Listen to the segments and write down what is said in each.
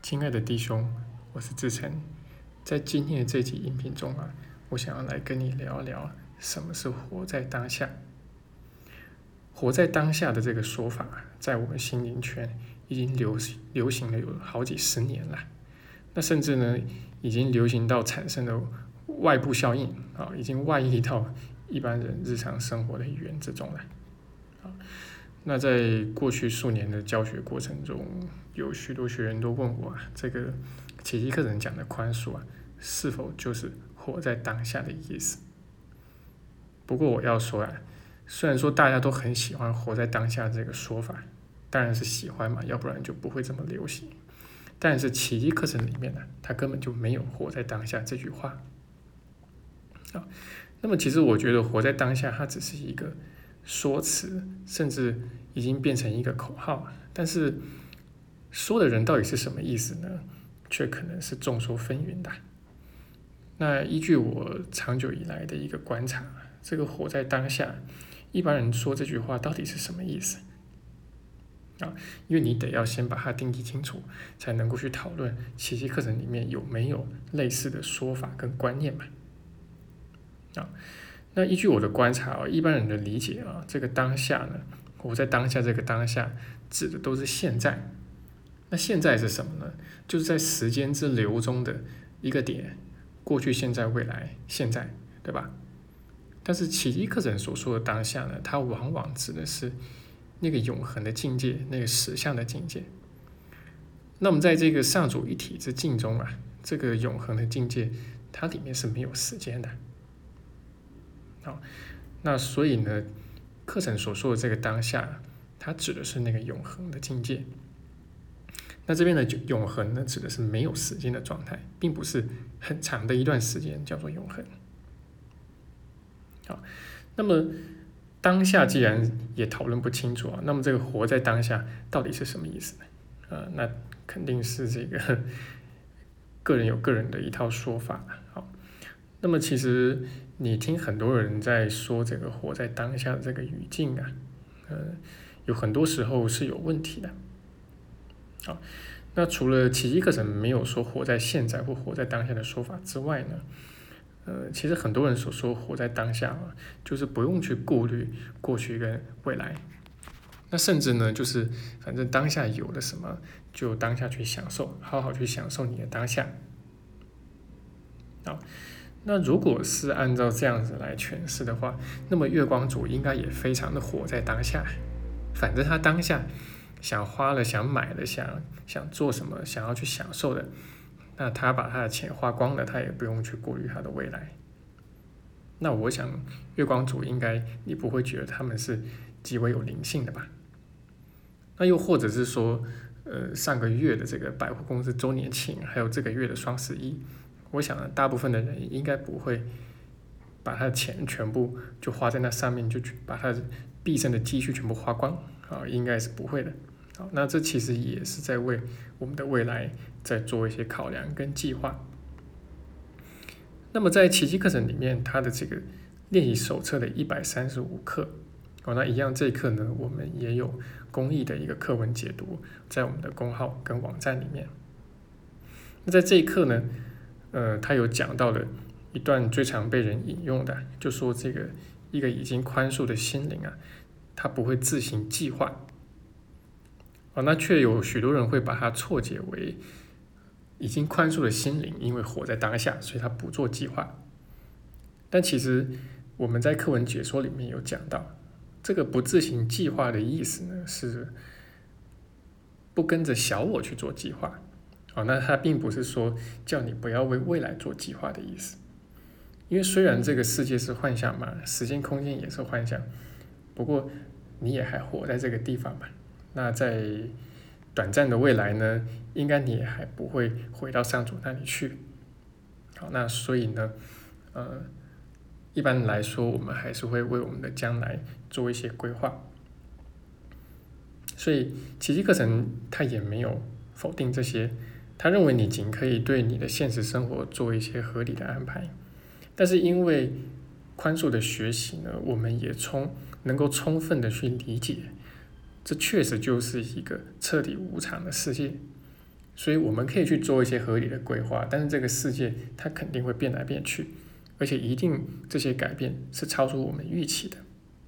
亲爱的弟兄，我是志成。在今天的这集音频中我想要来跟你聊聊什么是活在当下。活在当下的这个说法，在我们心灵圈已经流行了有好几十年了。那甚至呢，已经流行到产生了外部效应已经外溢到一般人日常生活的语言之中了。那在过去数年的教学过程中，有许多学员都问我这个奇迹课程讲的宽恕是否就是活在当下的意思？不过我要说虽然说大家都很喜欢活在当下这个说法，当然是喜欢嘛，要不然就不会这么流行。但是奇迹课程里面它根本就没有活在当下这句话。那么其实我觉得活在当下它只是一个说辞，甚至已经变成一个口号，但是说的人到底是什么意思呢？却可能是众说纷纭的。那依据我长久以来的一个观察，这个活在当下，一般人说这句话到底是什么意思因为你得要先把它定义清楚，才能够去讨论奇迹课程里面有没有类似的说法跟观念嘛。那依据我的观察一般人的理解这个当下呢，活在当下这个当下指的都是现在。那现在是什么呢？就是在时间之流中的一个点，过去、现在、未来、现在，对吧？但是奇迹课程所说的当下呢，它往往指的是那个永恒的境界，那个实相的境界。那么在这个上主一体之境中这个永恒的境界，它里面是没有时间的。那所以呢，课程所说的这个当下，它指的是那个永恒的境界。那这边的永恒呢，指的是没有时间的状态，并不是很长的一段时间叫做永恒。那么当下既然也讨论不清楚那么这个活在当下到底是什么意思呢？那肯定是这个个人有个人的一套说法。那么其实你听很多人在说这个活在当下的这个语境有很多时候是有问题的。那除了奇迹课程没有说活在现在或活在当下的说法之外呢，其实很多人所说活在当下就是不用去顾虑过去跟未来。那甚至呢，就是反正当下有了什么，就当下去享受，好好去享受你的当下。那如果是按照这样子来诠释的话，那么月光族应该也非常的活在当下。反正他当下想花了、想买了、想做什么、想要去享受的，那他把他的钱花光了，他也不用去顾虑他的未来。那我想月光族应该你不会觉得他们是极为有灵性的吧？那又或者是说上个月的这个百货公司周年庆，还有这个月的双11，我想大部分的人应该不会把他的钱全部就花在那上面，就把他毕生的积蓄全部花光应该是不会的。那这其实也是在为我们的未来在做一些考量跟计划。那么在奇迹课程里面，它的这个练习手册的135课那一样这一课呢，我们也有公益的一个课文解读在我们的公号跟网站里面。那在这一课呢他有讲到了一段最常被人引用的，就说这个一个已经宽恕的心灵它不会自行计划那却有许多人会把它错解为已经宽恕的心灵因为活在当下，所以他不做计划。但其实我们在课文解说里面有讲到，这个不自行计划的意思呢，是不跟着小我去做计划那它并不是说叫你不要为未来做计划的意思。因为虽然这个世界是幻象嘛，时间空间也是幻象，不过你也还活在这个地方嘛。那在短暂的未来呢，应该你也还不会回到上主那里去。那所以呢一般来说我们还是会为我们的将来做一些规划。所以奇迹课程它也没有否定这些，他认为你仅可以对你的现实生活做一些合理的安排，但是因为宽恕的学习呢，我们也能够充分的去理解，这确实就是一个彻底无常的世界。 所以我们可以去做一些合理的规划，但是这个世界它肯定会变来变去，而且一定这些改变是超出我们预期的。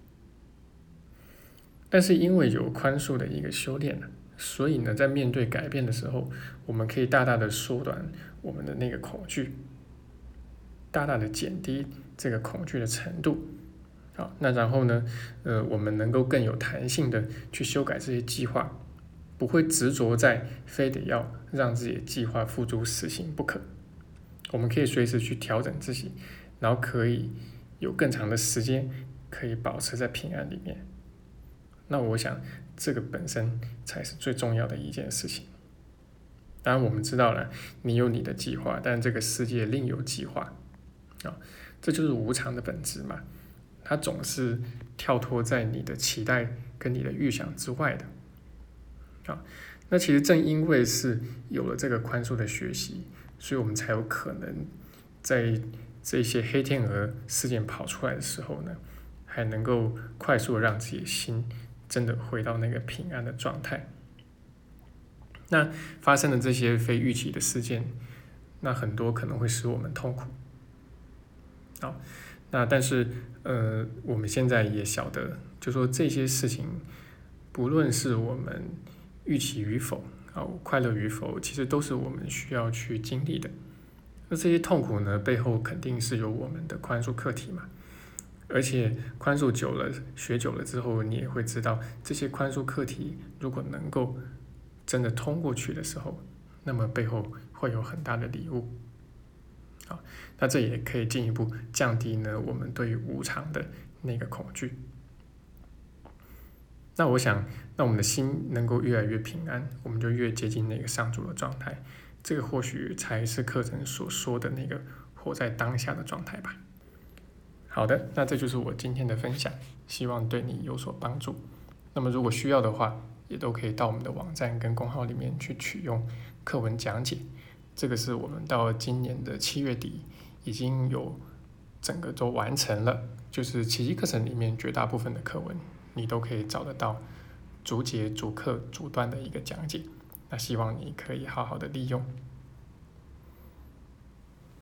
但是因为有宽恕的一个修炼呢，所以呢，在面对改变的时候，我们可以大大的缩短我们的那个恐惧，大大的减低这个恐惧的程度。好，那然后呢，我们能够更有弹性的去修改这些计划，不会执着在非得要让自己的计划付诸实行不可。我们可以随时去调整自己，然后可以有更长的时间可以保持在平安里面。那我想这个本身才是最重要的一件事情。当然我们知道了，你有你的计划，但这个世界另有计划啊，这就是无常的本质嘛。它总是跳脱在你的期待跟你的预想之外的啊。那其实正因为是有了这个宽恕的学习，所以我们才有可能在这些黑天鹅事件跑出来的时候呢，还能够快速的让自己的心真的回到那个平安的状态。那发生的这些非预期的事件，那很多可能会使我们痛苦。好，那但是我们现在也晓得，就说这些事情，不论是我们预期与否，快乐与否，其实都是我们需要去经历的。那这些痛苦呢，背后肯定是有我们的宽恕课题嘛。而且宽恕久了，学久了之后，你也会知道，这些宽恕课题如果能够真的通过去的时候，那么背后会有很大的礼物。好，那这也可以进一步降低呢我们对于无常的那个恐惧。那我想，那我们的心能够越来越平安，我们就越接近那个上主的状态。这个或许才是课程所说的那个活在当下的状态吧。好的，那这就是我今天的分享，希望对你有所帮助。那么如果需要的话，也都可以到我们的网站跟公号里面去取用课文讲解。这个是我们到今年的7月底已经有整个都完成了，就是奇迹课程里面绝大部分的课文，你都可以找得到逐节、逐课、逐段的一个讲解。那希望你可以好好的利用。